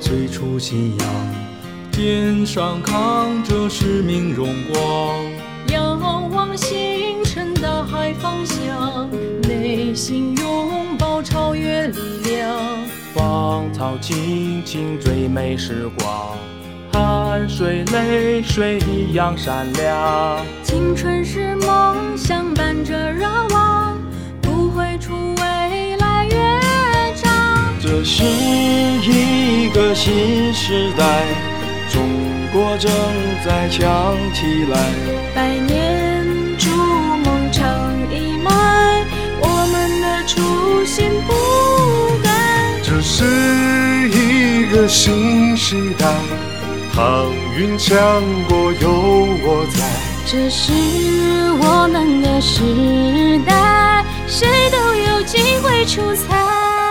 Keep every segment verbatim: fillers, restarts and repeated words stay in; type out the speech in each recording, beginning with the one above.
最初信仰，肩上扛着使命荣光， 仰望星辰大海方向，内心拥抱超越力量。 芳草青青最美时光，汗水泪水一样闪亮。 青春是梦想伴着热望，不会出未来乐章。 这是一个新时代，中国正在强起来。 百年筑梦长一迈，我们的初心不改。 这是一个新时代，航运强国有我在。 这是我们的时代，谁都有机会出彩。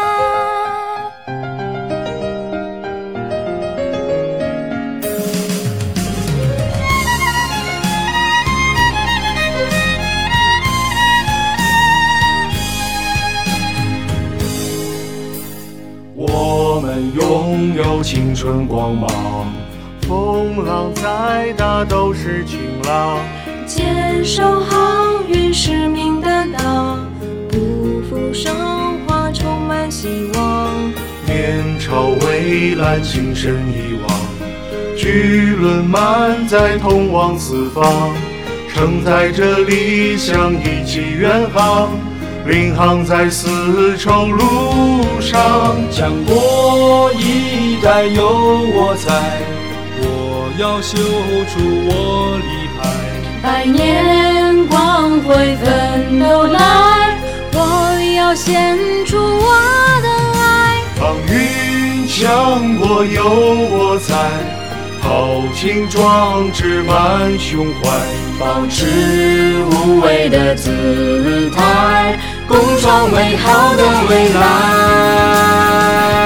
我们拥有青春光芒， 风浪再大都是晴朗。 坚守航运使命的党，不负韶华充满希望。 面朝蔚蓝精神一往，巨轮满载通往四方，承载着理想一起远航，领航在丝绸路上。 强国一代有我在，我要秀出我厉害。 百年光辉奋斗来，我要献出我的爱。 航运强国有我在，豪情壮志满胸怀， 保持无畏的姿态，共创美好的未来。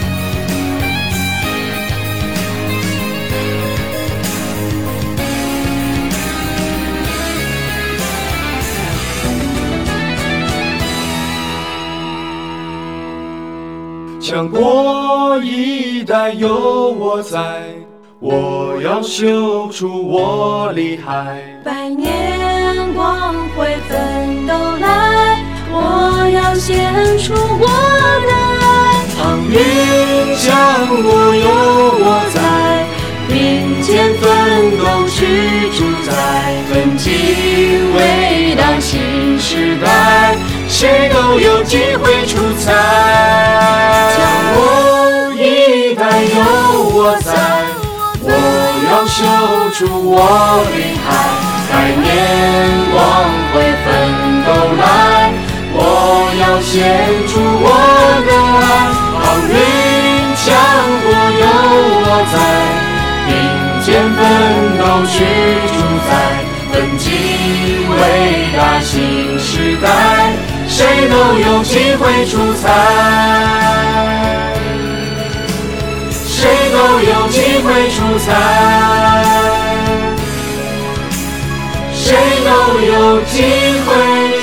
强国一代有我在，我要秀出我厉害。 百年光辉奋斗来，我要献出我的爱。 航运强国有我在，并肩奋斗去主宰。奋进伟大新时代，谁都有机会出彩。强国一代有我在，我要秀出我厉害。百年光辉奋斗来，我要献出我的爱。航运强国有我在，并肩奋斗去主宰。奋进伟大新时代，谁都有机会出彩，谁都有机会出彩，谁都有机会